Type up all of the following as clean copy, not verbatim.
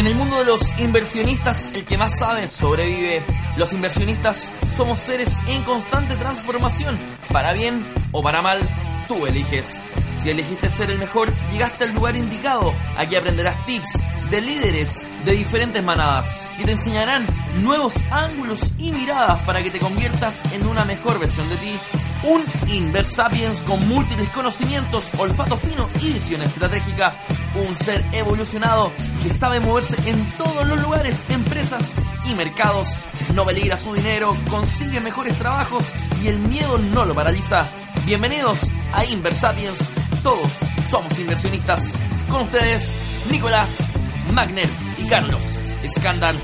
En el mundo de los inversionistas, el que más sabe sobrevive. Los inversionistas somos seres en constante transformación. Para bien o para mal, tú eliges. Si elegiste ser el mejor, llegaste al lugar indicado. Aquí aprenderás tips de líderes de diferentes manadas que te enseñarán nuevos ángulos y miradas para que te conviertas en una mejor versión de ti. Un Inversapiens con múltiples conocimientos, olfato fino y visión estratégica. Un ser evolucionado que sabe moverse en todos los lugares, empresas y mercados. No peligra su dinero, consigue mejores trabajos y el miedo no lo paraliza. Bienvenidos a Inversapiens. Todos somos inversionistas. Con ustedes, Nicolás, Magner y Carlos Escandal.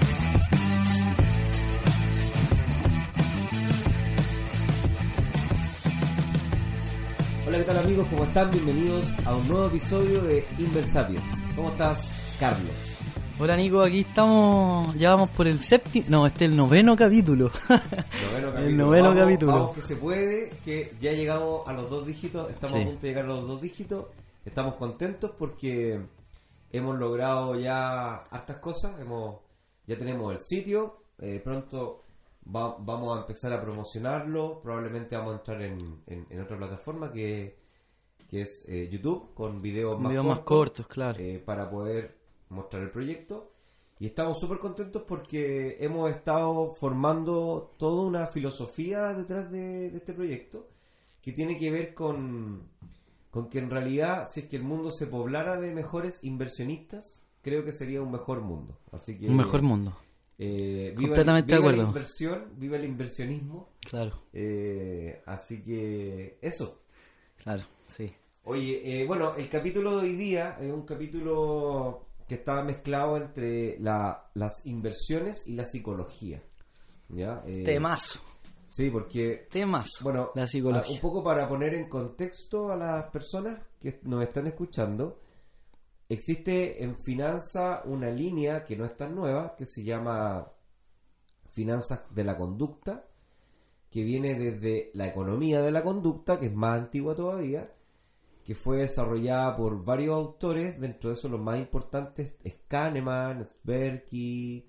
Hola, ¿qué tal amigos? ¿Cómo están? Bienvenidos a un nuevo episodio de Inversapiens. ¿Cómo estás, Carlos? Hola Nico, aquí estamos, ya vamos por el el noveno capítulo. El noveno capítulo. Vamos que se puede, que ya llegamos a los 2 dígitos, estamos a punto de llegar a los 2 dígitos. Estamos contentos porque hemos logrado ya hartas cosas, ya tenemos el sitio, pronto vamos a empezar a promocionarlo, probablemente vamos a entrar en otra plataforma que es YouTube, con videos más cortos, claro, para poder mostrar el proyecto. Y estamos súper contentos porque hemos estado formando toda una filosofía detrás de este proyecto que tiene que ver con que en realidad, si es que el mundo se poblara de mejores inversionistas, creo que sería un mejor mundo. Así que un mejor mundo. Completamente de acuerdo. La inversión, viva el inversionismo. Claro. Así que eso. Claro, sí. Oye, bueno, el capítulo de hoy día es un capítulo que estaba mezclado entre las inversiones y la psicología. ¿Ya? Temazo. Sí, porque... Temazo. Bueno, la psicología. Un poco para poner en contexto a las personas que nos están escuchando, existe en finanza una línea que no es tan nueva, que se llama finanzas de la conducta, que viene desde la economía de la conducta, que es más antigua todavía, que fue desarrollada por varios autores. Dentro de eso los más importantes es Kahneman, Tversky,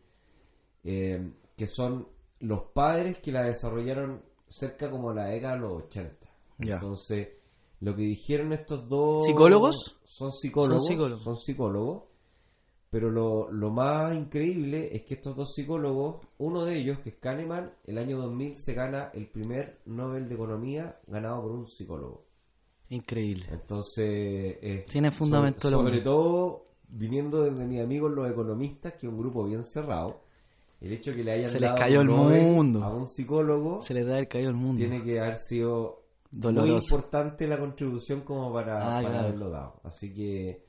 que son los padres que la desarrollaron cerca como la década de los 80. Ya. Entonces, lo que dijeron estos dos... ¿Psicólogos? Son psicólogos. Pero lo más increíble es que estos dos psicólogos, uno de ellos, que es Kahneman, el año 2000 se gana el primer Nobel de Economía ganado por un psicólogo. Increíble. Entonces, tiene fundamento sobre todo viniendo desde mis amigos los economistas, que es un grupo bien cerrado. El hecho de que le hayan dado cayó el mundo a un psicólogo, se les da el cayó el mundo. Tiene que haber sido doloroso, muy importante la contribución como para claro, haberlo dado. Así que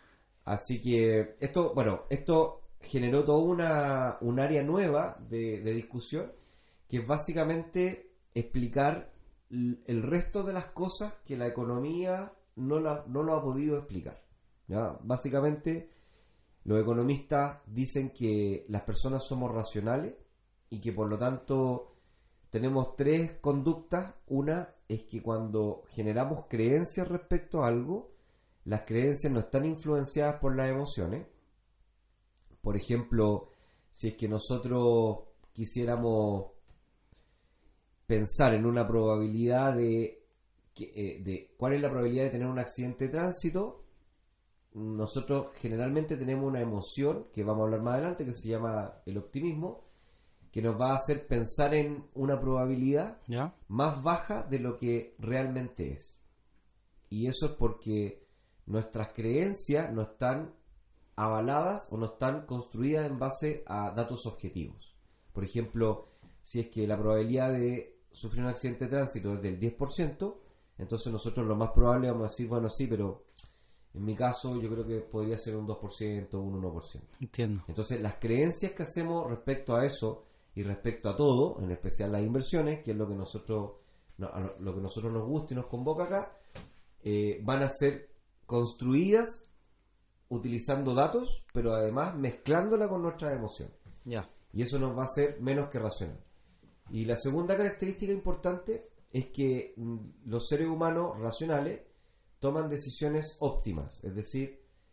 esto generó toda un área nueva de discusión, que es básicamente explicar el resto de las cosas que la economía no lo ha podido explicar. ¿Ya? Básicamente, los economistas dicen que las personas somos racionales y que por lo tanto tenemos 3 conductas. Una es que cuando generamos creencias respecto a algo, las creencias no están influenciadas por las emociones. Por ejemplo, si es que nosotros quisiéramos pensar en una probabilidad de cuál es la probabilidad de tener un accidente de tránsito, nosotros generalmente tenemos una emoción, que vamos a hablar más adelante, que se llama el optimismo, que nos va a hacer pensar en una probabilidad más baja de lo que realmente es. Y eso es porque nuestras creencias no están avaladas o no están construidas en base a datos objetivos. Por ejemplo, si es que la probabilidad de sufrir un accidente de tránsito es del 10%, entonces nosotros lo más probable vamos a decir, bueno, sí, pero en mi caso yo creo que podría ser un 2%, un 1%. Entiendo. Entonces las creencias que hacemos respecto a eso y respecto a todo, en especial las inversiones, que es lo que nosotros nos gusta y nos convoca acá, van a ser construidas utilizando datos, pero además mezclándola con nuestras emociones. Y eso nos va a hacer menos que racional. Y la segunda característica importante es que los seres humanos racionales toman decisiones óptimas, es decir,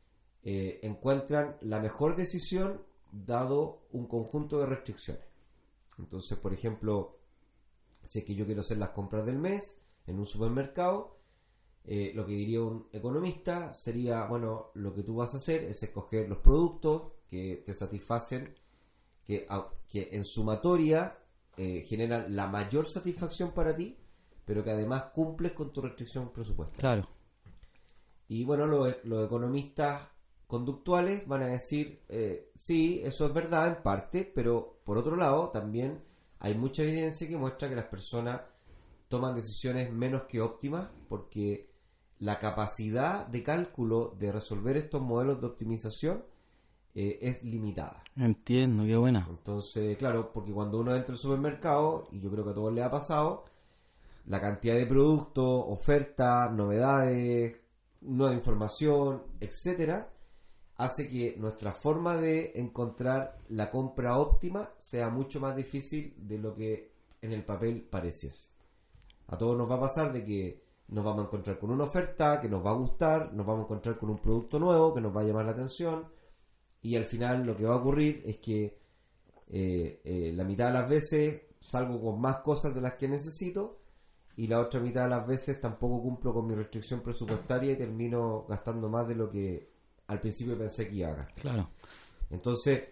encuentran la mejor decisión dado un conjunto de restricciones. Entonces, por ejemplo, si es que yo quiero hacer las compras del mes en un supermercado, lo que diría un economista sería, bueno, lo que tú vas a hacer es escoger los productos que te satisfacen, que en sumatoria generan la mayor satisfacción para ti, pero que además cumples con tu restricción presupuestaria. Claro. Y bueno, los economistas conductuales van a decir, sí, eso es verdad en parte, pero por otro lado también hay mucha evidencia que muestra que las personas toman decisiones menos que óptimas porque la capacidad de cálculo de resolver estos modelos de optimización es limitada. Entiendo, qué buena. Entonces, claro, porque cuando uno entra al supermercado, y yo creo que a todos les ha pasado, la cantidad de productos, ofertas, novedades, nueva información, etcétera, hace que nuestra forma de encontrar la compra óptima sea mucho más difícil de lo que en el papel pareciese. A todos nos va a pasar de que nos vamos a encontrar con una oferta que nos va a gustar, nos vamos a encontrar con un producto nuevo que nos va a llamar la atención, y al final lo que va a ocurrir es que la mitad de las veces salgo con más cosas de las que necesito, y la otra mitad de las veces tampoco cumplo con mi restricción presupuestaria y termino gastando más de lo que al principio pensé que iba a gastar. Claro. Entonces,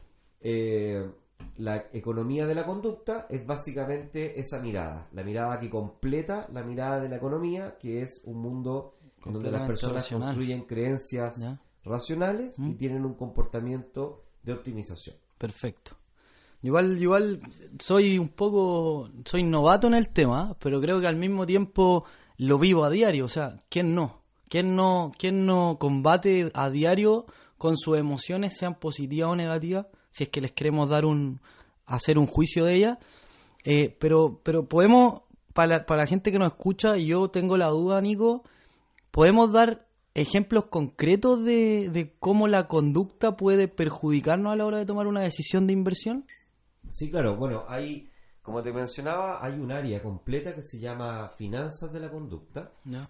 la economía de la conducta es básicamente esa mirada, la mirada que completa la mirada de la economía, que es un mundo en donde las personas racional. Construyen creencias racionales y tienen un comportamiento de optimización. Perfecto. Igual soy novato en el tema, pero creo que al mismo tiempo lo vivo a diario. O sea, ¿quién no combate a diario con sus emociones, sean positivas o negativas, si es que les queremos hacer un juicio de ellas? Pero podemos, para la gente que nos escucha, y yo tengo la duda, Nico, ¿podemos dar ejemplos concretos de cómo la conducta puede perjudicarnos a la hora de tomar una decisión de inversión? Sí, claro. Bueno, como te mencionaba, hay un área completa que se llama finanzas de la conducta. No.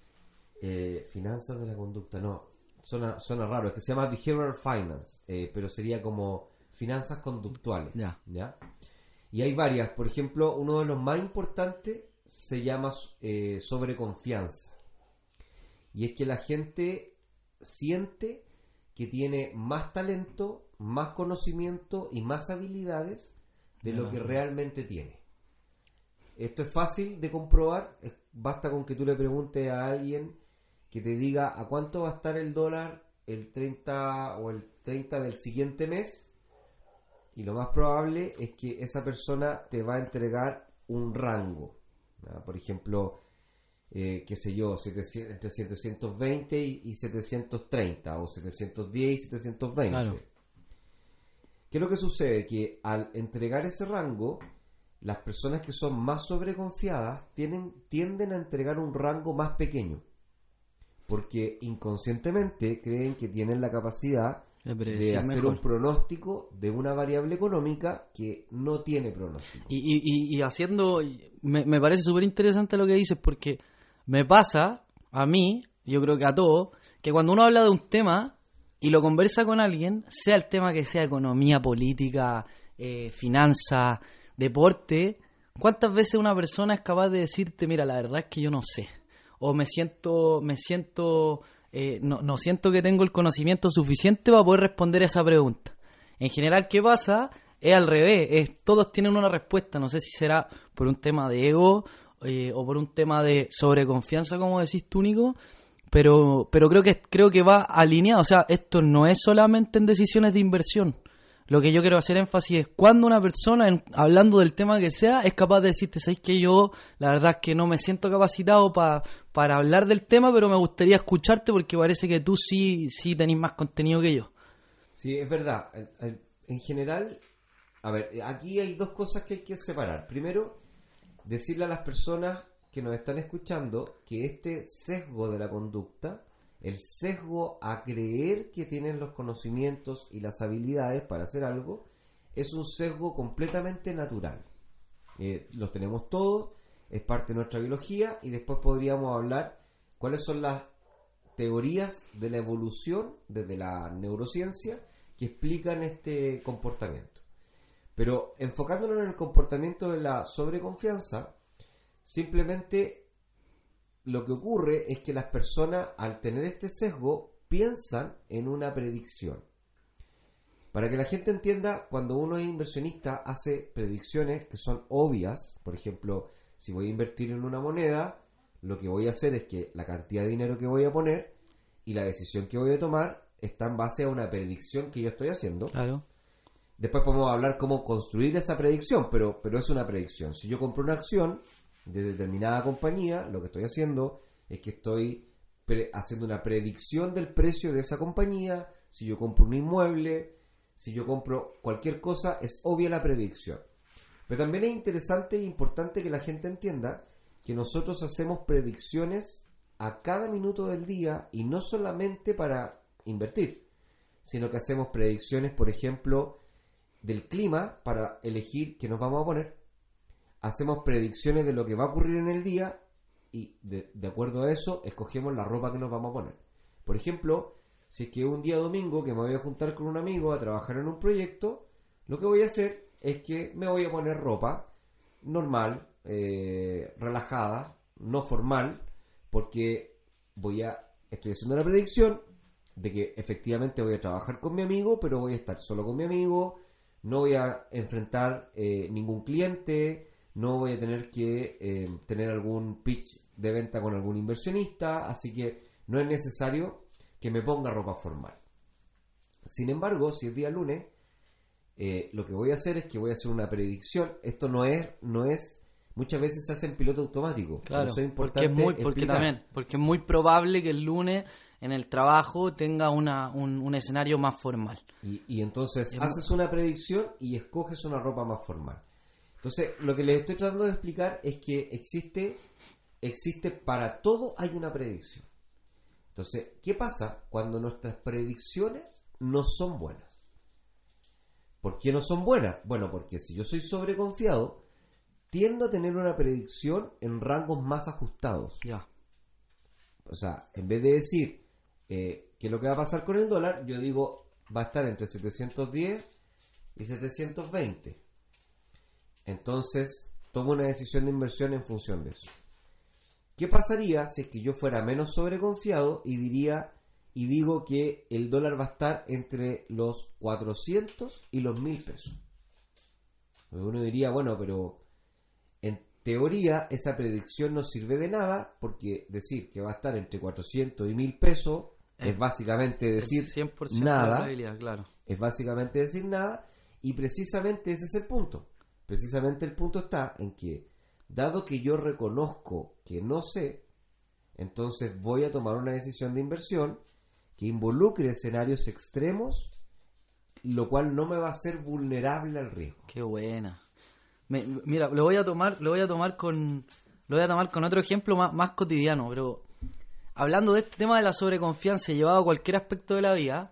Finanzas de la conducta, no, suena raro, es que se llama Behavioral Finance, pero sería como finanzas conductuales. ¿Ya? Y hay varias, por ejemplo, uno de los más importantes se llama sobreconfianza. Y es que la gente siente que tiene más talento, más conocimiento y más habilidades de lo que realmente tiene. Esto es fácil de comprobar, basta con que tú le preguntes a alguien que te diga a cuánto va a estar el dólar el 30 o el 30 del siguiente mes, y lo más probable es que esa persona te va a entregar un rango, ¿verdad? Por ejemplo, qué sé yo, entre 720 y 730 o 710 y 720. Claro. ¿Qué es lo que sucede? Que al entregar ese rango, las personas que son más sobreconfiadas tienden a entregar un rango más pequeño, porque inconscientemente creen que tienen la capacidad de hacer mejor un pronóstico de una variable económica que no tiene pronóstico. Y me parece súper interesante lo que dices, porque me pasa a mí, yo creo que a todos, que cuando uno habla de un tema y lo conversa con alguien, sea el tema que sea economía, política, finanzas, deporte, ¿cuántas veces una persona es capaz de decirte, mira, la verdad es que yo no sé? O no siento que tengo el conocimiento suficiente para poder responder a esa pregunta. En general, ¿qué pasa? Es al revés, todos tienen una respuesta. No sé si será por un tema de ego o por un tema de sobreconfianza, como decís tú, Nico, pero creo que va alineado. O sea, esto no es solamente en decisiones de inversión. Lo que yo quiero hacer énfasis es cuando una persona, hablando del tema que sea, es capaz de decirte, ¿sabes que yo la verdad es que no me siento capacitado para hablar del tema, pero me gustaría escucharte porque parece que tú sí tenés más contenido que yo? Sí, es verdad. En general, a ver, aquí hay dos cosas que hay que separar. Primero, decirle a las personas que nos están escuchando que este sesgo de la conducta, el sesgo a creer que tienen los conocimientos y las habilidades para hacer algo, es un sesgo completamente natural. Los tenemos todos, es parte de nuestra biología, y después podríamos hablar cuáles son las teorías de la evolución desde la neurociencia que explican este comportamiento. Pero enfocándonos en el comportamiento de la sobreconfianza, simplemente lo que ocurre es que las personas, al tener este sesgo, piensan en una predicción. Para que la gente entienda, cuando uno es inversionista, hace predicciones que son obvias. Por ejemplo, si voy a invertir en una moneda, lo que voy a hacer es que la cantidad de dinero que voy a poner y la decisión que voy a tomar está en base a una predicción que yo estoy haciendo. Claro. Después podemos hablar cómo construir esa predicción, pero es una predicción. Si yo compro una acción de determinada compañía, lo que estoy haciendo es que estoy haciendo una predicción del precio de esa compañía. Si yo compro un inmueble, si yo compro cualquier cosa, es obvia la predicción. Pero también es interesante e importante que la gente entienda que nosotros hacemos predicciones a cada minuto del día y no solamente para invertir, sino que hacemos predicciones, por ejemplo, del clima para elegir qué nos vamos a poner. Hacemos predicciones de lo que va a ocurrir en el día y de acuerdo a eso escogemos la ropa que nos vamos a poner. Por ejemplo, si es que un día domingo que me voy a juntar con un amigo a trabajar en un proyecto, lo que voy a hacer es que me voy a poner ropa normal, relajada, no formal, porque estoy haciendo la predicción de que efectivamente voy a trabajar con mi amigo, pero voy a estar solo con mi amigo, no voy a enfrentar ningún cliente, no voy a tener que tener algún pitch de venta con algún inversionista, así que no es necesario que me ponga ropa formal. Sin embargo, si es día lunes, lo que voy a hacer es que voy a hacer una predicción. Esto no es muchas veces se hace en piloto automático. Claro, eso es importante porque es muy probable que el lunes en el trabajo tenga un escenario más formal. Y entonces haces una predicción y escoges una ropa más formal. Entonces, lo que les estoy tratando de explicar es que existe para todo hay una predicción. Entonces, ¿qué pasa cuando nuestras predicciones no son buenas? ¿Por qué no son buenas? Bueno, porque si yo soy sobreconfiado, tiendo a tener una predicción en rangos más ajustados. Ya. O sea, en vez de decir qué es lo que va a pasar con el dólar, yo digo va a estar entre 710 y 720. Entonces, tomo una decisión de inversión en función de eso. ¿Qué pasaría si es que yo fuera menos sobreconfiado y digo que el dólar va a estar entre los 400 y los 1.000 pesos? Uno diría, bueno, pero en teoría esa predicción no sirve de nada, porque decir que va a estar entre 400 y 1.000 pesos es básicamente decir 100% nada. Claro. Es básicamente decir nada, y precisamente ese es el punto. Precisamente el punto está en que, dado que yo reconozco que no sé, entonces voy a tomar una decisión de inversión que involucre escenarios extremos, lo cual no me va a hacer vulnerable al riesgo. Qué buena. Mira, lo voy a tomar con otro ejemplo más cotidiano, pero hablando de este tema de la sobreconfianza llevado a cualquier aspecto de la vida,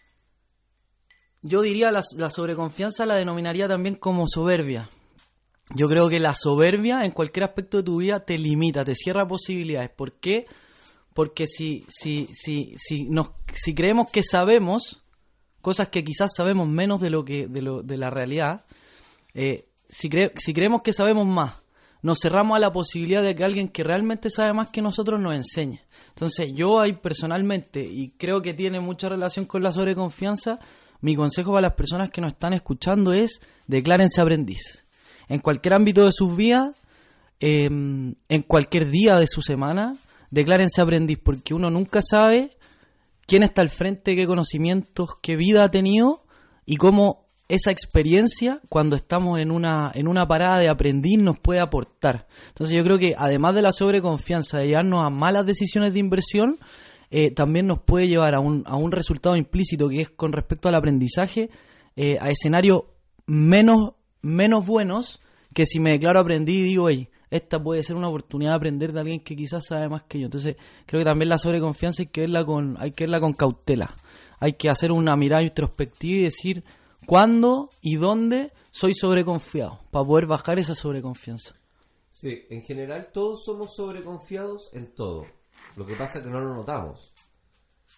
yo diría la sobreconfianza la denominaría también como soberbia. Yo creo que la soberbia en cualquier aspecto de tu vida te limita, te cierra posibilidades. ¿Por qué? Porque si creemos que sabemos cosas que quizás sabemos menos de la realidad, si creemos que sabemos más, nos cerramos a la posibilidad de que alguien que realmente sabe más que nosotros nos enseñe. Entonces yo ahí personalmente, y creo que tiene mucha relación con la sobreconfianza, mi consejo para las personas que nos están escuchando es: declárense aprendiz. En cualquier ámbito de sus vidas, en cualquier día de su semana, declárense aprendiz, porque uno nunca sabe quién está al frente, qué conocimientos, qué vida ha tenido y cómo esa experiencia, cuando estamos en una parada de aprendiz, nos puede aportar. Entonces yo creo que además de la sobreconfianza, de llevarnos a malas decisiones de inversión, también nos puede llevar a un resultado implícito, que es con respecto al aprendizaje, a escenarios menos buenos, que si me declaro aprendiz y digo, oye, esta puede ser una oportunidad de aprender de alguien que quizás sabe más que yo. Entonces creo que también la sobreconfianza hay que verla con cautela. Hay que hacer una mirada introspectiva y decir cuándo y dónde soy sobreconfiado, para poder bajar esa sobreconfianza. Sí, en general todos somos sobreconfiados en todo. Lo que pasa es que no lo notamos.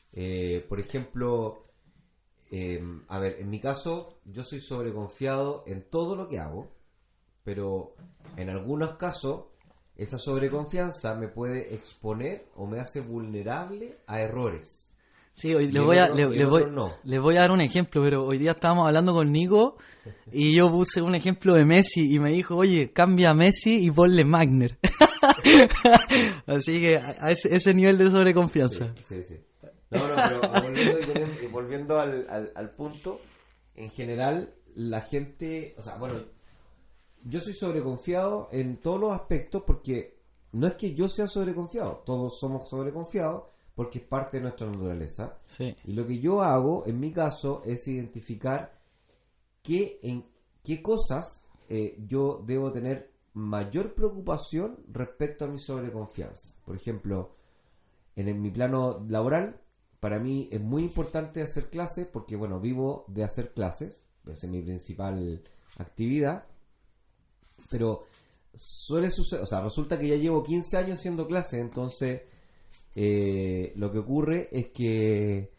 Por ejemplo, a ver, en mi caso, yo soy sobreconfiado en todo lo que hago, pero en algunos casos esa sobreconfianza me puede exponer o me hace vulnerable a errores. Sí, hoy les voy a dar un ejemplo, pero hoy día estábamos hablando con Nico y yo puse un ejemplo de Messi y me dijo, oye, cambia a Messi y ponle Magner. Así que a ese nivel de sobreconfianza. Sí. No, pero volviendo al punto, en general, la gente, o sea, bueno, yo soy sobreconfiado en todos los aspectos porque no es que yo sea sobreconfiado, todos somos sobreconfiados porque es parte de nuestra naturaleza. Sí. Y lo que yo hago, en mi caso, es identificar en qué cosas yo debo tener mayor preocupación respecto a mi sobreconfianza. Por ejemplo, en mi plano laboral, para mí es muy importante hacer clases porque, bueno, vivo de hacer clases, esa es mi principal actividad, pero suele suceder, o sea, resulta que ya llevo 15 años haciendo clases, entonces lo que ocurre es que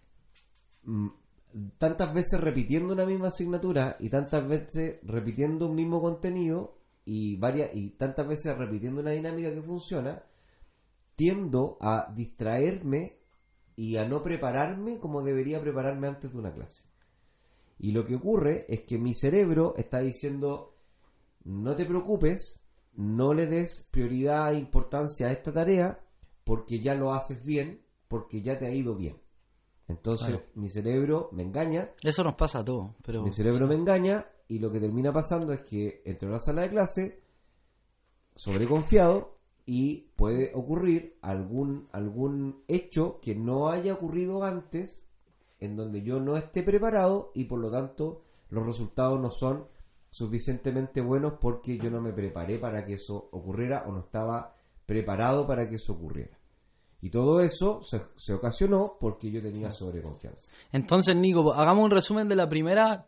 tantas veces repitiendo una misma asignatura y tantas veces repitiendo un mismo contenido y tantas veces repitiendo una dinámica que funciona, tiendo a distraerme y a no prepararme como debería prepararme antes de una clase. Y lo que ocurre es que mi cerebro está diciendo, no te preocupes, no le des prioridad e importancia a esta tarea porque ya lo haces bien, porque ya te ha ido bien. Entonces claro, mi cerebro me engaña. Eso nos pasa a todos. Pero mi cerebro me engaña y lo que termina pasando es que entro a la sala de clase sobreconfiado y puede ocurrir algún hecho que no haya ocurrido antes en donde yo no esté preparado y por lo tanto los resultados no son suficientemente buenos porque yo no me preparé para que eso ocurriera o no estaba preparado para que eso ocurriera. Y todo eso se ocasionó porque yo tenía sobreconfianza. Entonces, Nico, hagamos un resumen de la primera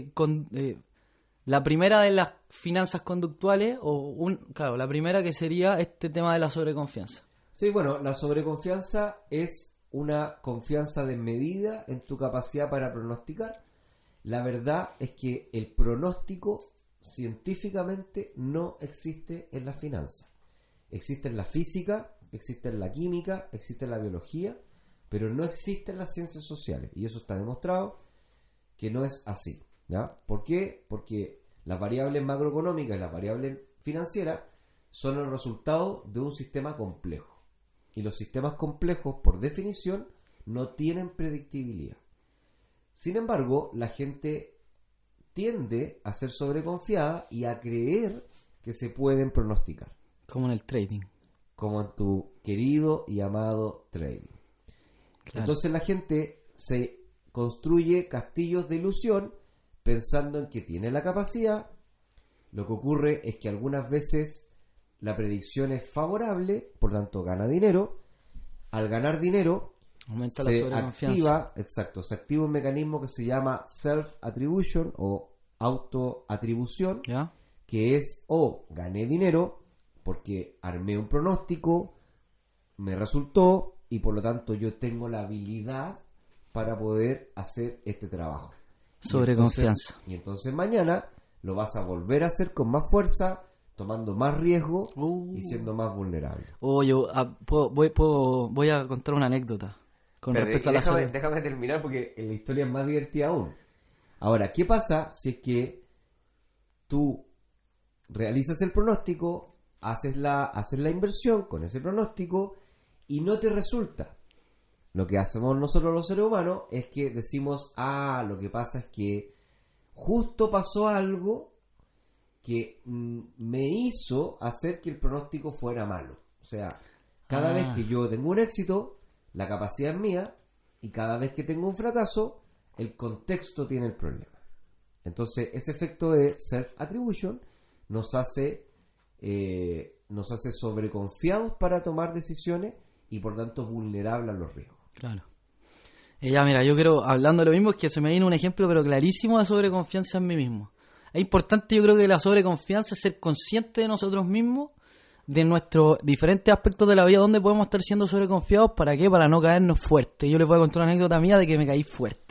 la primera de las finanzas conductuales claro, la primera que sería este tema de la sobreconfianza. Sí, bueno, la sobreconfianza es una confianza desmedida en tu capacidad para pronosticar. La verdad es que el pronóstico científicamente no existe en las finanzas. Existe en la física, existe en la química, existe en la biología, pero no existe en las ciencias sociales. Y eso está demostrado que no es así, ¿ya? ¿Por qué? Porque las variables macroeconómicas y las variables financieras son el resultado de un sistema complejo. Y los sistemas complejos, por definición, no tienen predictibilidad. Sin embargo, la gente tiende a ser sobreconfiada y a creer que se pueden pronosticar. Como en el trading. Como en tu querido y amado trading. Claro. Entonces la gente se construye castillos de ilusión pensando en que tiene la capacidad. Lo que ocurre es que algunas veces la predicción es favorable, por tanto gana dinero. Al ganar dinero aumenta se la se activa un mecanismo que se llama self-attribution o autoatribución, ¿ya? Que es gané dinero porque armé un pronóstico, me resultó y por lo tanto yo tengo la habilidad para poder hacer este trabajo. Sobreconfianza. Y entonces mañana lo vas a volver a hacer con más fuerza, tomando más riesgo y siendo más vulnerable. Voy a contar una anécdota con respecto a la déjame terminar porque la historia es más divertida aún. Ahora, ¿qué pasa si es que tú realizas el pronóstico, haces la inversión con ese pronóstico y no te resulta? Lo que hacemos nosotros los seres humanos es que decimos, lo que pasa es que justo pasó algo que me hizo hacer que el pronóstico fuera malo. O sea, cada vez que yo tengo un éxito, la capacidad es mía, y cada vez que tengo un fracaso, el contexto tiene el problema. Entonces, ese efecto de self-attribution nos hace sobreconfiados para tomar decisiones y por tanto vulnerables a los riesgos. Claro. Ya, mira, yo creo, hablando de lo mismo, es que se me viene un ejemplo pero clarísimo de sobreconfianza en mí mismo. Es importante, yo creo que la sobreconfianza es ser consciente de nosotros mismos de nuestros diferentes aspectos de la vida donde podemos estar siendo sobreconfiados. ¿Para qué? Para no caernos fuerte. Yo les voy a contar una anécdota mía de que me caí fuerte.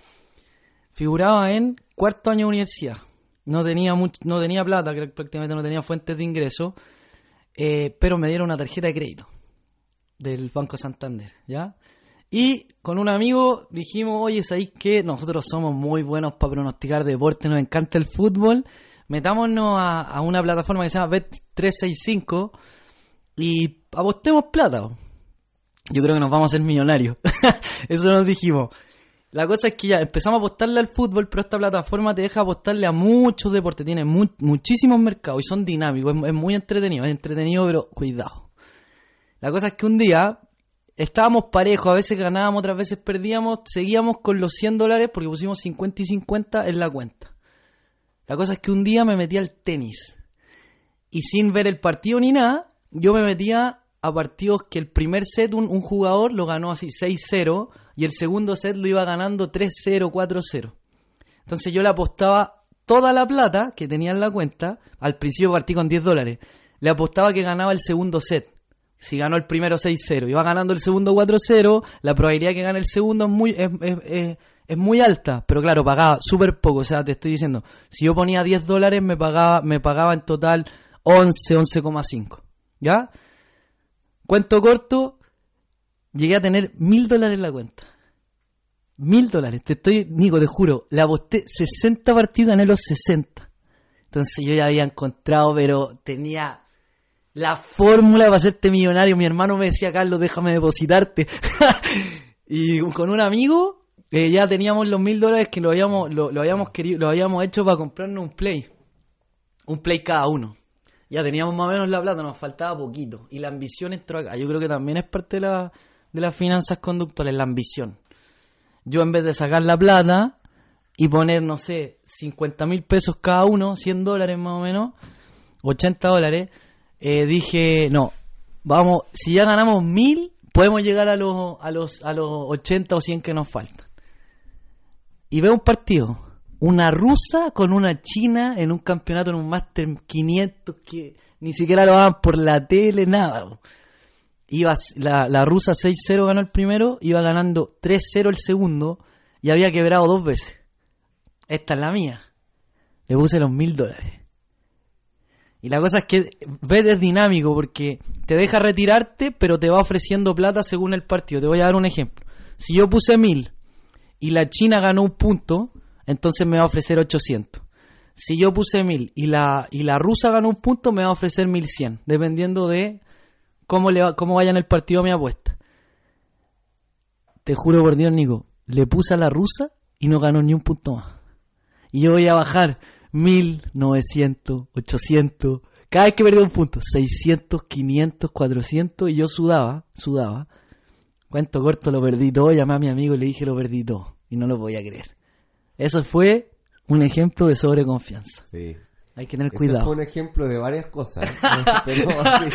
Figuraba en cuarto año de universidad. No tenía plata, creo que prácticamente no tenía fuentes de ingreso, pero me dieron una tarjeta de crédito del Banco Santander, ¿ya? Y con un amigo dijimos, oye, ¿sabéis qué? Nosotros somos muy buenos para pronosticar deporte, nos encanta el fútbol, metámonos a una plataforma que se llama Bet365 y apostemos plata. Yo creo que nos vamos a hacer millonarios. Eso nos dijimos. La cosa es que ya empezamos a apostarle al fútbol, pero esta plataforma te deja apostarle a muchos deportes, tiene muchísimos mercados y son dinámicos, es muy entretenido, pero cuidado. La cosa es que un día estábamos parejos, a veces ganábamos, otras veces perdíamos, seguíamos con los $100 porque pusimos 50 y 50 en la cuenta. La cosa es que un día me metí al tenis y sin ver el partido ni nada, yo me metía a partidos que el primer set un jugador lo ganó así 6-0 y el segundo set lo iba ganando 3-0, 4-0. Entonces yo le apostaba toda la plata que tenía en la cuenta. Al principio partí con $10. Le apostaba que ganaba el segundo set. Si ganó el primero 6-0, iba ganando el segundo 4-0, la probabilidad de que gane el segundo es muy alta. Pero claro, pagaba súper poco. O sea, te estoy diciendo, si yo ponía $10 me pagaba en total 11,5. ¿Ya? Cuento corto, llegué a tener $1,000 en la cuenta. $1,000, Nico, te juro, le aposté 60 partidos y gané los 60. Entonces yo ya había encontrado, pero tenía la fórmula para hacerte millonario. Mi hermano me decía, Carlos, déjame depositarte. Y con un amigo, ya teníamos los $1,000 que lo habíamos hecho para comprarnos un Play cada uno. Ya teníamos más o menos la plata, nos faltaba poquito. Y la ambición entró acá. Yo creo que también es parte de las finanzas conductuales, la ambición. Yo en vez de sacar la plata y poner, no sé, 50,000 pesos cada uno, $100 más o menos, $80, dije, no, vamos, si ya ganamos 1,000, podemos llegar a los 80 o 100 que nos faltan. Y veo un partido. Una rusa con una china en un campeonato, en un Master 500 que ni siquiera lo daban por la tele, nada. La rusa 6-0 ganó el primero, iba ganando 3-0 el segundo y había quebrado 2 veces. Esta es la mía. Le puse los $1,000. Y la cosa es que Bet es dinámico porque te deja retirarte, pero te va ofreciendo plata según el partido. Te voy a dar un ejemplo. Si yo puse 1,000 y la china ganó un punto, entonces me va a ofrecer 800. Si yo puse 1,000 y la rusa ganó un punto, me va a ofrecer 1,100, dependiendo de cómo vaya en el partido mi apuesta. Te juro por Dios, Nico, le puse a la rusa y no ganó ni un punto más. Y yo voy a bajar 1,000, 900, 800, cada vez que perdía un punto, 600, 500, 400, y yo sudaba. Cuento corto, lo perdí todo, llamé a mi amigo y le dije lo perdí todo, y no lo podía creer. Eso fue un ejemplo de sobreconfianza. Sí. Hay que tener cuidado. Eso fue un ejemplo de varias cosas. Pero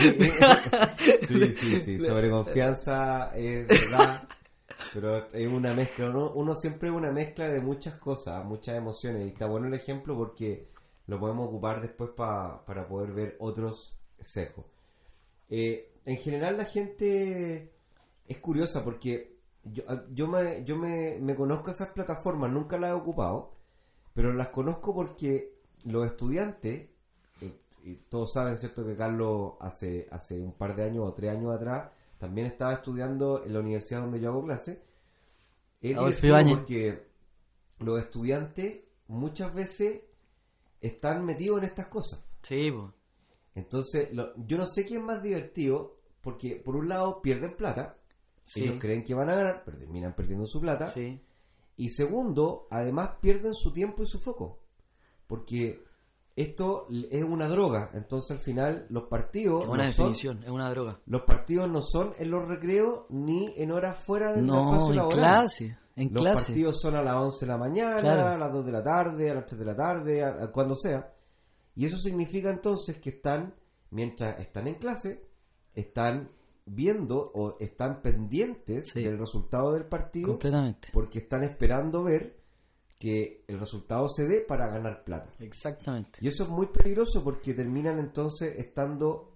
sí. Sobreconfianza es verdad. Pero es una mezcla. Uno siempre es una mezcla de muchas cosas, muchas emociones. Y está bueno el ejemplo porque lo podemos ocupar después para poder ver otros sesgos. En general la gente es curiosa porque yo me conozco esas plataformas, nunca las he ocupado, pero las conozco porque los estudiantes, y todos saben, ¿cierto?, que Carlos hace un par de años o 3 años atrás también estaba estudiando en la universidad donde yo hago clase. Es divertido porque los estudiantes muchas veces están metidos en estas cosas. Sí, pues. Entonces, yo no sé quién es más divertido, porque por un lado pierden plata. Sí. Ellos creen que van a ganar, pero terminan perdiendo su plata. Sí. Y segundo, además pierden su tiempo y su foco. Porque esto es una droga. Entonces al final los partidos... Es una definición, es una droga. Los partidos no son en los recreos ni en horas fuera del espacio laboral. Los partidos son a las 11 de la mañana, claro, a las 2 de la tarde, a las 3 de la tarde, cuando sea. Y eso significa entonces que mientras están en clase, están viendo o están pendientes del resultado del partido. Completamente. Porque están esperando ver que el resultado se dé para ganar plata. Exactamente. Y eso es muy peligroso porque terminan entonces estando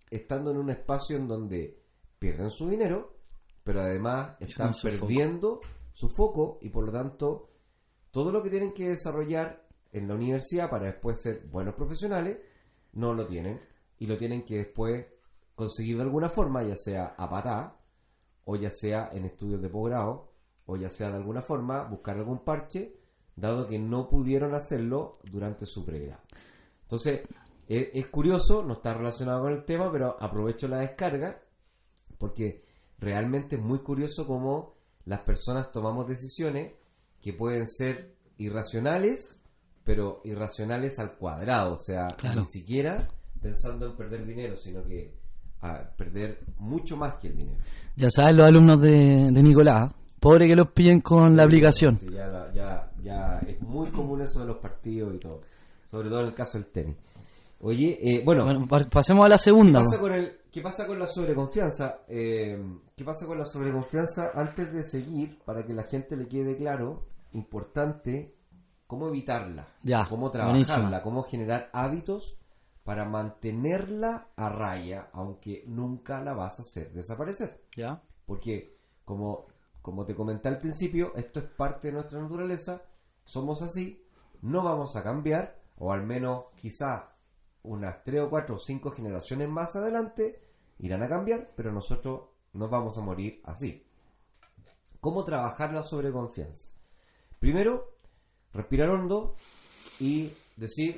estando en un espacio en donde pierden su dinero, pero además están perdiendo su foco y por lo tanto todo lo que tienen que desarrollar en la universidad para después ser buenos profesionales no lo tienen y lo tienen que después conseguir de alguna forma, ya sea a patá o ya sea en estudios de posgrado o ya sea de alguna forma buscar algún parche, dado que no pudieron hacerlo durante su pregrado. Entonces es curioso, no está relacionado con el tema, pero aprovecho la descarga porque realmente es muy curioso cómo las personas tomamos decisiones que pueden ser irracionales, pero irracionales al cuadrado, o sea, claro, ni siquiera pensando en perder dinero, sino que a perder mucho más que el dinero. Ya saben los alumnos de Nicolás, pobre que los pillen con la aplicación. Sí, ya es muy común eso de los partidos y todo, sobre todo en el caso del tenis. Oye, bueno, pasemos a la segunda. ¿Qué pasa con la sobreconfianza? ¿Qué pasa con la sobreconfianza? Antes de seguir, para que la gente le quede claro, importante, cómo evitarla, cómo trabajarla, buenísimo, cómo generar hábitos para mantenerla a raya, aunque nunca la vas a hacer desaparecer. ¿Ya? Porque, como te comenté al principio, esto es parte de nuestra naturaleza, somos así, no vamos a cambiar, o al menos quizá unas 3 o 4 o 5 generaciones más adelante irán a cambiar, pero nosotros nos vamos a morir así. ¿Cómo trabajar la sobreconfianza? Primero, respirar hondo y decir,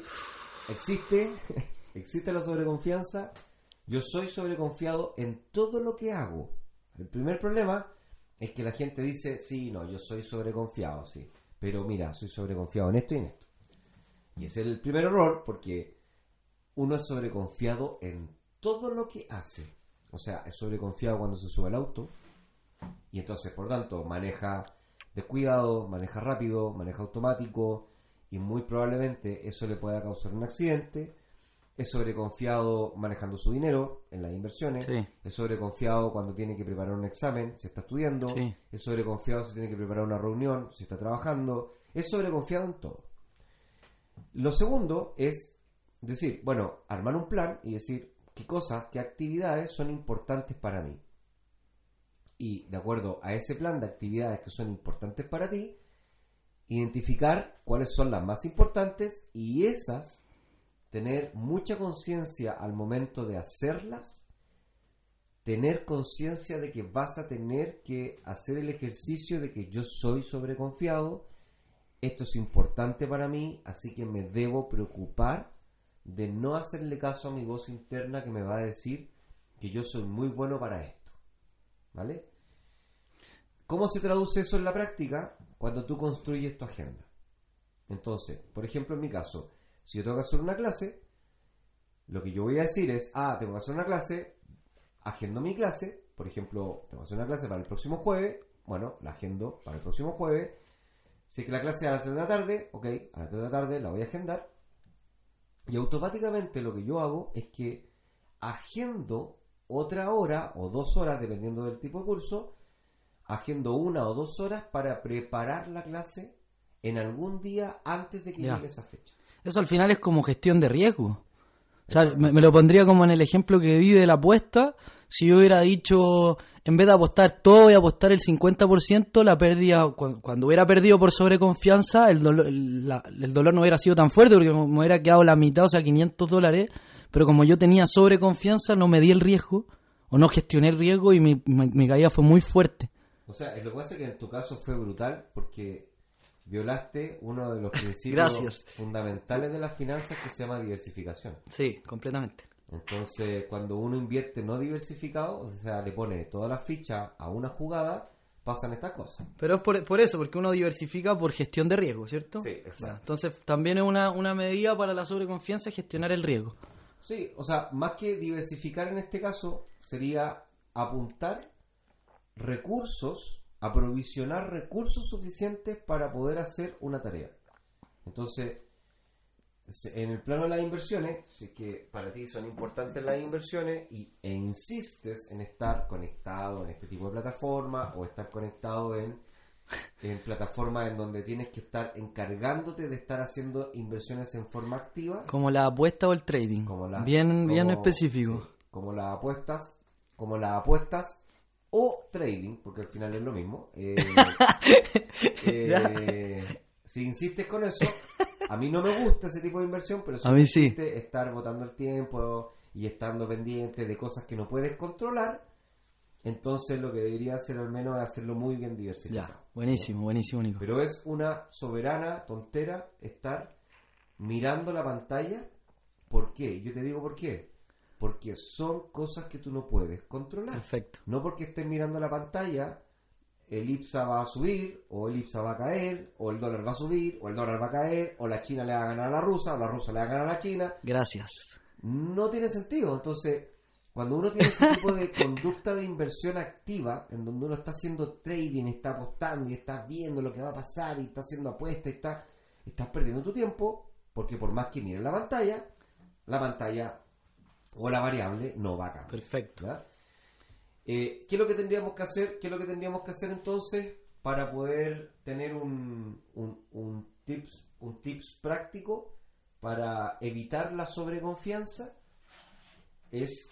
existe la sobreconfianza, yo soy sobreconfiado en todo lo que hago. El primer problema es que la gente dice, sí, no, yo soy sobreconfiado, sí, pero mira, soy sobreconfiado en esto y en esto. Y ese es el primer error, porque uno es sobreconfiado en todo lo que hace. O sea, es sobreconfiado cuando se sube al auto y entonces, por tanto, maneja descuidado, maneja rápido, maneja automático y muy probablemente eso le pueda causar un accidente. Es sobreconfiado manejando su dinero en las inversiones. Sí. Es sobreconfiado cuando tiene que preparar un examen, si está estudiando. Sí. Es sobreconfiado si tiene que preparar una reunión, si está trabajando. Es sobreconfiado en todo. Lo segundo es decir, bueno, armar un plan y decir qué cosas, qué actividades son importantes para mí. Y de acuerdo a ese plan de actividades que son importantes para ti, identificar cuáles son las más importantes y esas tener mucha conciencia al momento de hacerlas, tener conciencia de que vas a tener que hacer el ejercicio de que yo soy sobreconfiado, esto es importante para mí, así que me debo preocupar de no hacerle caso a mi voz interna que me va a decir que yo soy muy bueno para esto, ¿vale? ¿Cómo se traduce eso en la práctica? Cuando tú construyes tu agenda. Entonces, por ejemplo, en mi caso, si yo tengo que hacer una clase, lo que yo voy a decir es, tengo que hacer una clase, agendo mi clase, por ejemplo, tengo que hacer una clase para el próximo jueves, bueno, la agendo para el próximo jueves. Si es que la clase es a las 3 de la tarde, ok, a las 3 de la tarde la voy a agendar. Y automáticamente lo que yo hago es que agendo otra hora o 2 horas, dependiendo del tipo de curso, agendo 1 o 2 horas para preparar la clase en algún día antes de que llegue esa fecha. Eso al final es como gestión de riesgo. O sea, me lo pondría como en el ejemplo que di de la apuesta. Si yo hubiera dicho, en vez de apostar todo, voy a apostar el 50%, la pérdida, cuando hubiera perdido por sobreconfianza, el dolor no hubiera sido tan fuerte porque me hubiera quedado la mitad, o sea, $500. Pero como yo tenía sobreconfianza, no me di el riesgo, o no gestioné el riesgo y mi caída fue muy fuerte. O sea, lo que pasa es que en tu caso fue brutal porque violaste uno de los principios fundamentales de las finanzas que se llama diversificación. Sí, completamente. Entonces, cuando uno invierte no diversificado, o sea, le pone todas las fichas a una jugada, pasan estas cosas. Pero es por eso, porque uno diversifica por gestión de riesgo, ¿cierto? Sí, exacto. Entonces, también es una medida para la sobreconfianza gestionar el riesgo. Sí, o sea, más que diversificar en este caso, sería apuntar recursos, aprovisionar recursos suficientes para poder hacer una tarea. Entonces, en el plano de las inversiones, si es que para ti son importantes las inversiones e insistes en estar conectado en este tipo de plataforma o estar conectado en plataformas en donde tienes que estar encargándote de estar haciendo inversiones en forma activa, como la apuesta o el trading, bien específico. Sí. como las apuestas o trading, porque al final es lo mismo. Si insistes con eso, a mí no me gusta ese tipo de inversión, pero si a mí sí. estar botando el tiempo y estando pendiente de cosas que no puedes controlar, entonces lo que debería hacer al menos es hacerlo muy bien diversificado. Ya, buenísimo, Nico. Pero es una soberana tontera estar mirando la pantalla. ¿Por qué? Yo te digo por qué. Porque son cosas que tú no puedes controlar. Perfecto. No porque estés mirando la pantalla, el IPSA va a subir, o el IPSA va a caer, o el dólar va a subir, o el dólar va a caer, o la China le va a ganar a la rusa, o la rusa le va a ganar a la China. Gracias. No tiene sentido. Entonces, cuando uno tiene ese tipo de conducta de inversión activa, en donde uno está haciendo trading, está apostando y está viendo lo que va a pasar y está haciendo apuestas y estás perdiendo tu tiempo, porque por más que mires la pantalla o la variable no va a cambiar. Perfecto. ¿Verdad? ¿Qué es lo que tendríamos que hacer? ¿Qué es lo que tendríamos que hacer entonces para poder tener un tips práctico para evitar la sobreconfianza? Es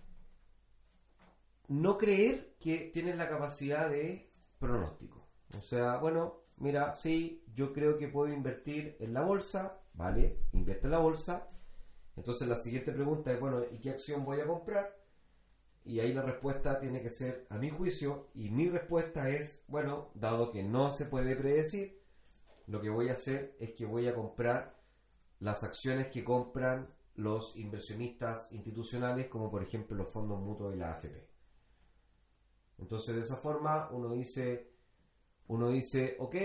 no creer que tienes la capacidad de pronóstico. O sea, bueno, mira, sí, yo creo que puedo invertir en la bolsa, ¿vale? Invierte en la bolsa. Entonces la siguiente pregunta es, bueno, ¿y qué acción voy a comprar? Y ahí la respuesta tiene que ser, a mi juicio, y mi respuesta es, bueno, dado que no se puede predecir, lo que voy a hacer es que voy a comprar las acciones que compran los inversionistas institucionales, como por ejemplo los fondos mutuos y la AFP. Entonces de esa forma uno dice, ok,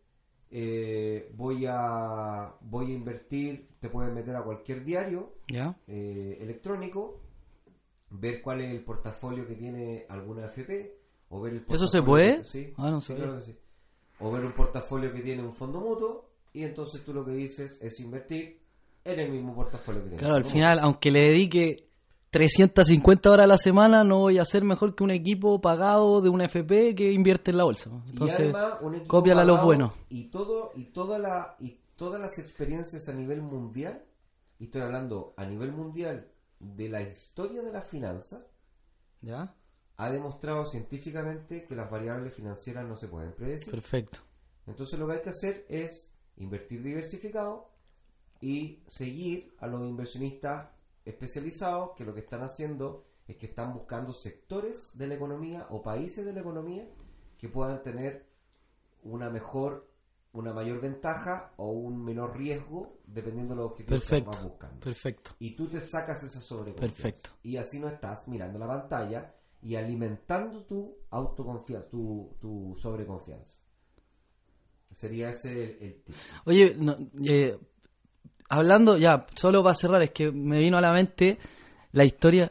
voy a invertir, te puedes meter a cualquier diario electrónico, ver cuál es el portafolio que tiene alguna AFP, o ver el portafolio. ¿Eso se puede? Sí, no sí, claro que sí. O ver un portafolio que tiene un fondo mutuo, y entonces tú lo que dices es invertir en el mismo portafolio que tiene. Claro, al final, aunque le dedique 350 horas a la semana, no voy a ser mejor que un equipo pagado de una FP que invierte en la bolsa. Entonces, y además, un equipo cópiala a los buenos. Y todas las experiencias a nivel mundial, y estoy hablando a nivel mundial de la historia de la finanza, ¿ya? Ha demostrado científicamente que las variables financieras no se pueden predecir. Perfecto. Entonces lo que hay que hacer es invertir diversificado y seguir a los inversionistas especializados, que lo que están haciendo es que están buscando sectores de la economía o países de la economía que puedan tener una mayor ventaja o un menor riesgo dependiendo de los objetivos que vas buscando. Perfecto. Y tú te sacas esa sobreconfianza. Perfecto. Y así no estás mirando la pantalla y alimentando tu autoconfianza, tu sobreconfianza. Sería ese el tip. Oye, hablando, ya, solo para cerrar, es que me vino a la mente la historia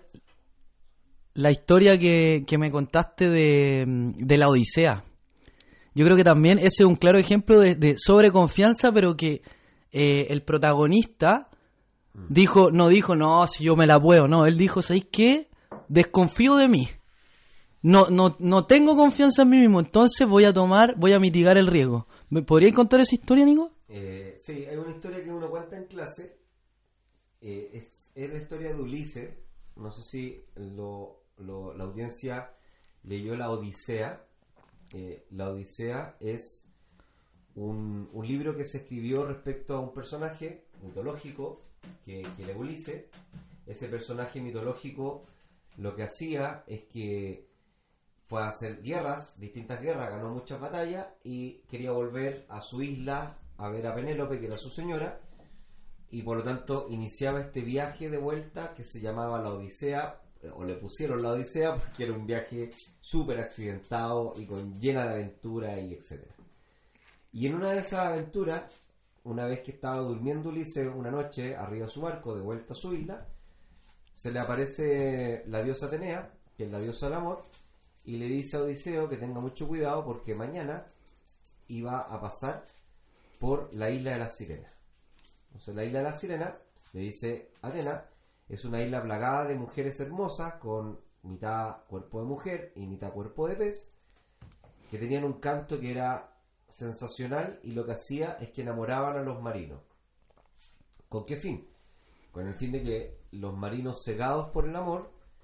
que me contaste de la Odisea. Yo creo que también ese es un claro ejemplo de sobreconfianza, pero que el protagonista no dijo, no, si yo me la puedo, no, él dijo, ¿sabéis qué? Desconfío de mí. No tengo confianza en mí mismo, entonces voy a mitigar el riesgo. ¿Me podrías contar esa historia, Nico? Sí, hay una historia que uno cuenta en clase. Es la historia de Ulises. No sé si la audiencia leyó la Odisea. La Odisea es un libro que se escribió respecto a un personaje mitológico que era Ulises. Ese personaje mitológico lo que hacía es que fue a hacer distintas guerras, ganó muchas batallas y quería volver a su isla a ver a Penélope, que era su señora, y por lo tanto iniciaba este viaje de vuelta que se llamaba la Odisea, o le pusieron la Odisea porque era un viaje súper accidentado y llena de aventura y etcétera. Y en una de esas aventuras, una vez que estaba durmiendo Ulises una noche arriba de su barco de vuelta a su isla, se le aparece la diosa Atenea, que es la diosa del amor, y le dice a Odiseo que tenga mucho cuidado porque mañana iba a pasar por la isla de las sirenas. Entonces la isla de las sirenas, le dice Atena, es una isla plagada de mujeres hermosas con mitad cuerpo de mujer y mitad cuerpo de pez, que tenían un canto que era sensacional y lo que hacía es que enamoraban a los marinos. ¿Con qué fin? Con el fin de que los marinos cegados por el amor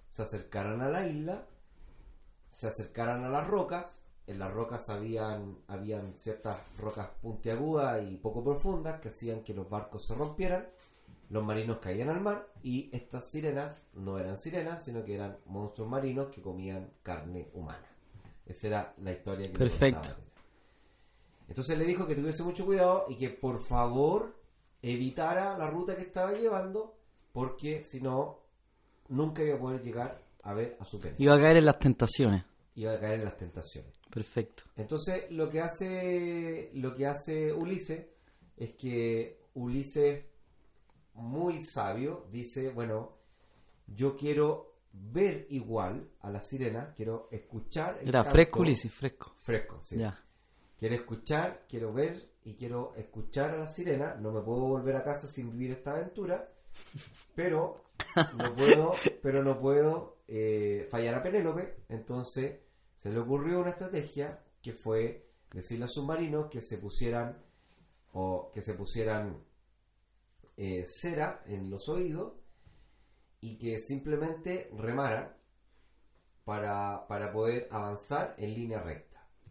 se acercaran a la isla, se acercaran a las rocas. En las rocas habían ciertas rocas puntiagudas y poco profundas que hacían que los barcos se rompieran, los marinos caían al mar, y estas sirenas no eran sirenas, sino que eran monstruos marinos que comían carne humana. Esa era la historia que Perfecto. le contaba. Entonces le dijo que tuviese mucho cuidado y que por favor evitara la ruta que estaba llevando, porque si no, nunca iba a poder llegar a ver a su pene. Iba a caer en las tentaciones. Iba a caer en las tentaciones. Perfecto. Entonces lo que hace Ulises es que Ulises, muy sabio, dice, bueno, yo quiero ver igual a la sirena, quiero escuchar el Era canto. fresco, Ulises, fresco. Fresco, sí. Ya. Quiero escuchar, quiero ver y quiero escuchar a la sirena. No me puedo volver a casa sin vivir esta aventura, pero no puedo fallar a Penélope. Entonces se le ocurrió una estrategia que fue decirle a sus marinos que se pusieran cera en los oídos y que simplemente remaran para poder avanzar en línea recta.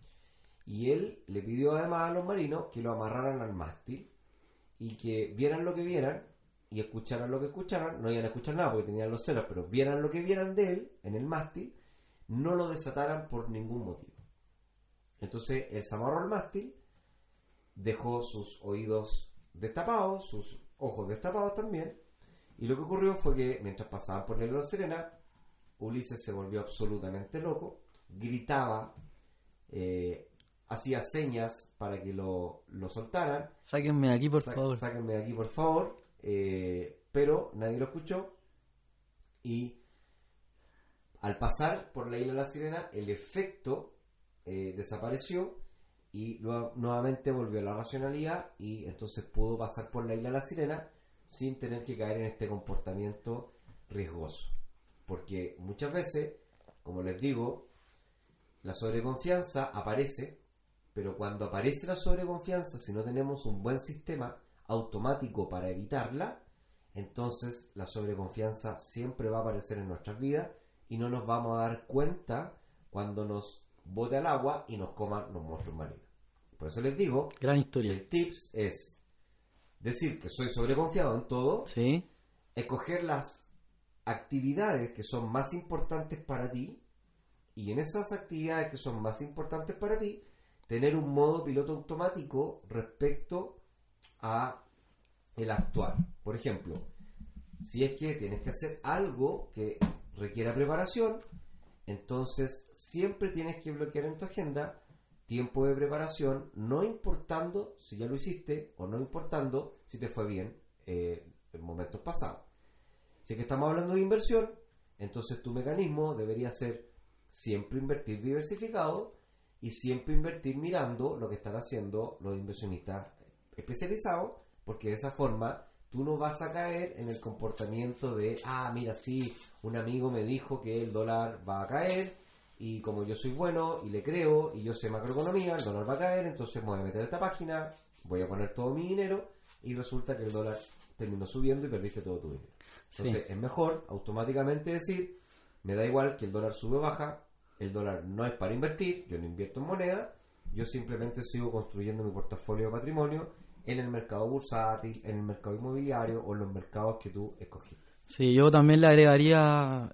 Y él le pidió además a los marinos que lo amarraran al mástil y que vieran lo que vieran y escucharan lo que escucharan. No iban a escuchar nada porque tenían los celos, pero vieran lo que vieran de él en el mástil, no lo desataran por ningún motivo. Entonces él se amarró al mástil, dejó sus oídos destapados, sus ojos destapados también, y lo que ocurrió fue que mientras pasaban por el Isla Serena, Ulises se volvió absolutamente loco, gritaba, hacía señas para que lo soltaran. Sáquenme de aquí, por favor. Sáquenme de aquí, por favor. Pero nadie lo escuchó. Y al pasar por la isla de la Sirena, el efecto desapareció y nuevamente volvió a la racionalidad, y entonces pudo pasar por la isla de la Sirena sin tener que caer en este comportamiento riesgoso. Porque muchas veces, como les digo, la sobreconfianza aparece, pero cuando aparece la sobreconfianza, si no tenemos un buen sistema automático para evitarla, entonces la sobreconfianza siempre va a aparecer en nuestras vidas y no nos vamos a dar cuenta cuando nos bote al agua y nos coman los monstruos marinos. Por eso les digo, gran historia. El tips es decir que soy sobreconfiado en todo, sí, escoger las actividades que son más importantes para ti, y en esas actividades que son más importantes para ti, tener un modo piloto automático respecto a el actuar. Por ejemplo, si es que tienes que hacer algo que requiera preparación, entonces siempre tienes que bloquear en tu agenda tiempo de preparación, no importando si ya lo hiciste o no importando si te fue bien en momentos pasados. Si es que estamos hablando de inversión, entonces tu mecanismo debería ser siempre invertir diversificado y siempre invertir mirando lo que están haciendo los inversionistas especializados, porque de esa forma tú no vas a caer en el comportamiento de, mira, sí, un amigo me dijo que el dólar va a caer, y como yo soy bueno y le creo y yo sé macroeconomía, el dólar va a caer, entonces me voy a meter a esta página, voy a poner todo mi dinero, y resulta que el dólar terminó subiendo y perdiste todo tu dinero. Entonces es mejor automáticamente decir, me da igual que el dólar sube o baja, el dólar no es para invertir, yo no invierto en moneda, yo simplemente sigo construyendo mi portafolio de patrimonio en el mercado bursátil, en el mercado inmobiliario o en los mercados que tú escogiste. Sí, yo también le agregaría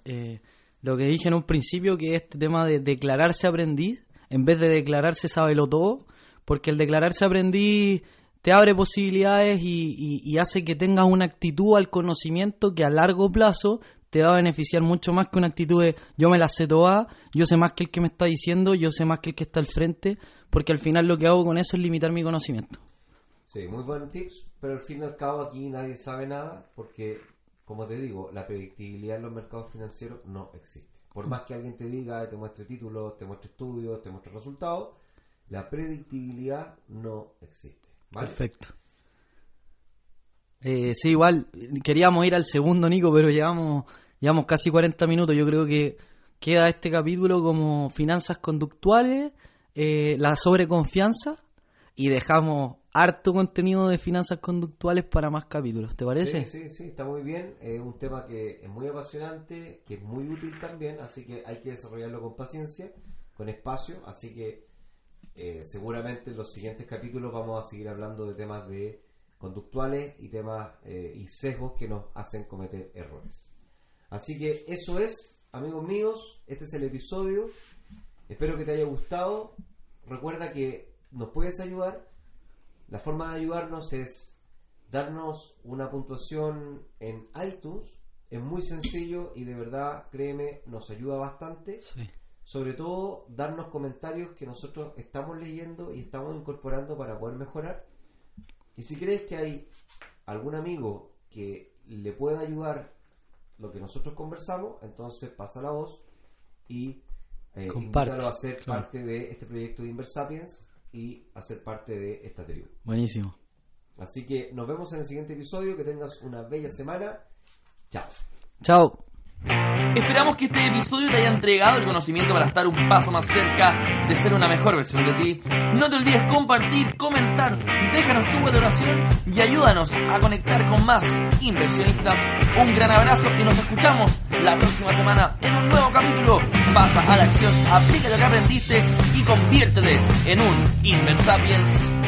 lo que dije en un principio, que es este tema de declararse aprendiz, en vez de declararse sábelo todo, porque el declararse aprendiz te abre posibilidades y hace que tengas una actitud al conocimiento que a largo plazo te va a beneficiar mucho más que una actitud de yo me la sé toda, yo sé más que el que me está diciendo, yo sé más que el que está al frente, porque al final lo que hago con eso es limitar mi conocimiento. Sí, muy buen tips, pero al fin y al cabo aquí nadie sabe nada, porque, como te digo, la predictibilidad en los mercados financieros no existe. Por más que alguien te diga, te muestre títulos, te muestre estudios, te muestre resultados, la predictibilidad no existe. ¿Vale? Perfecto. Sí, igual queríamos ir al segundo, Nico, pero llevamos casi 40 minutos. Yo creo que queda este capítulo como finanzas conductuales, la sobreconfianza y dejamos harto contenido de finanzas conductuales para más capítulos, ¿te parece? Sí, está muy bien. Es un tema que es muy apasionante, que es muy útil también, así que hay que desarrollarlo con paciencia, con espacio, así que seguramente en los siguientes capítulos vamos a seguir hablando de temas de conductuales y temas y sesgos que nos hacen cometer errores. Así que eso es, amigos míos, este es el episodio. Espero que te haya gustado. Recuerda que nos puedes ayudar. La forma de ayudarnos es darnos una puntuación en iTunes. Es muy sencillo y de verdad, créeme, nos ayuda bastante. Sí. Sobre todo, darnos comentarios que nosotros estamos leyendo y estamos incorporando para poder mejorar. Y si crees que hay algún amigo que le pueda ayudar lo que nosotros conversamos, entonces pasa la voz y invítalo a ser parte de este proyecto de Inversapiens y a ser parte de esta tribu. Buenísimo. Así que nos vemos en el siguiente episodio. Que tengas una bella semana. Chao. Chao. Esperamos que este episodio te haya entregado el conocimiento para estar un paso más cerca de ser una mejor versión de ti. No te olvides compartir, comentar, déjanos tu valoración y ayúdanos a conectar con más inversionistas. Un gran abrazo y nos escuchamos la próxima semana en un nuevo capítulo. Pasa a la acción, aplica lo que aprendiste y conviértete en un Inversapiens.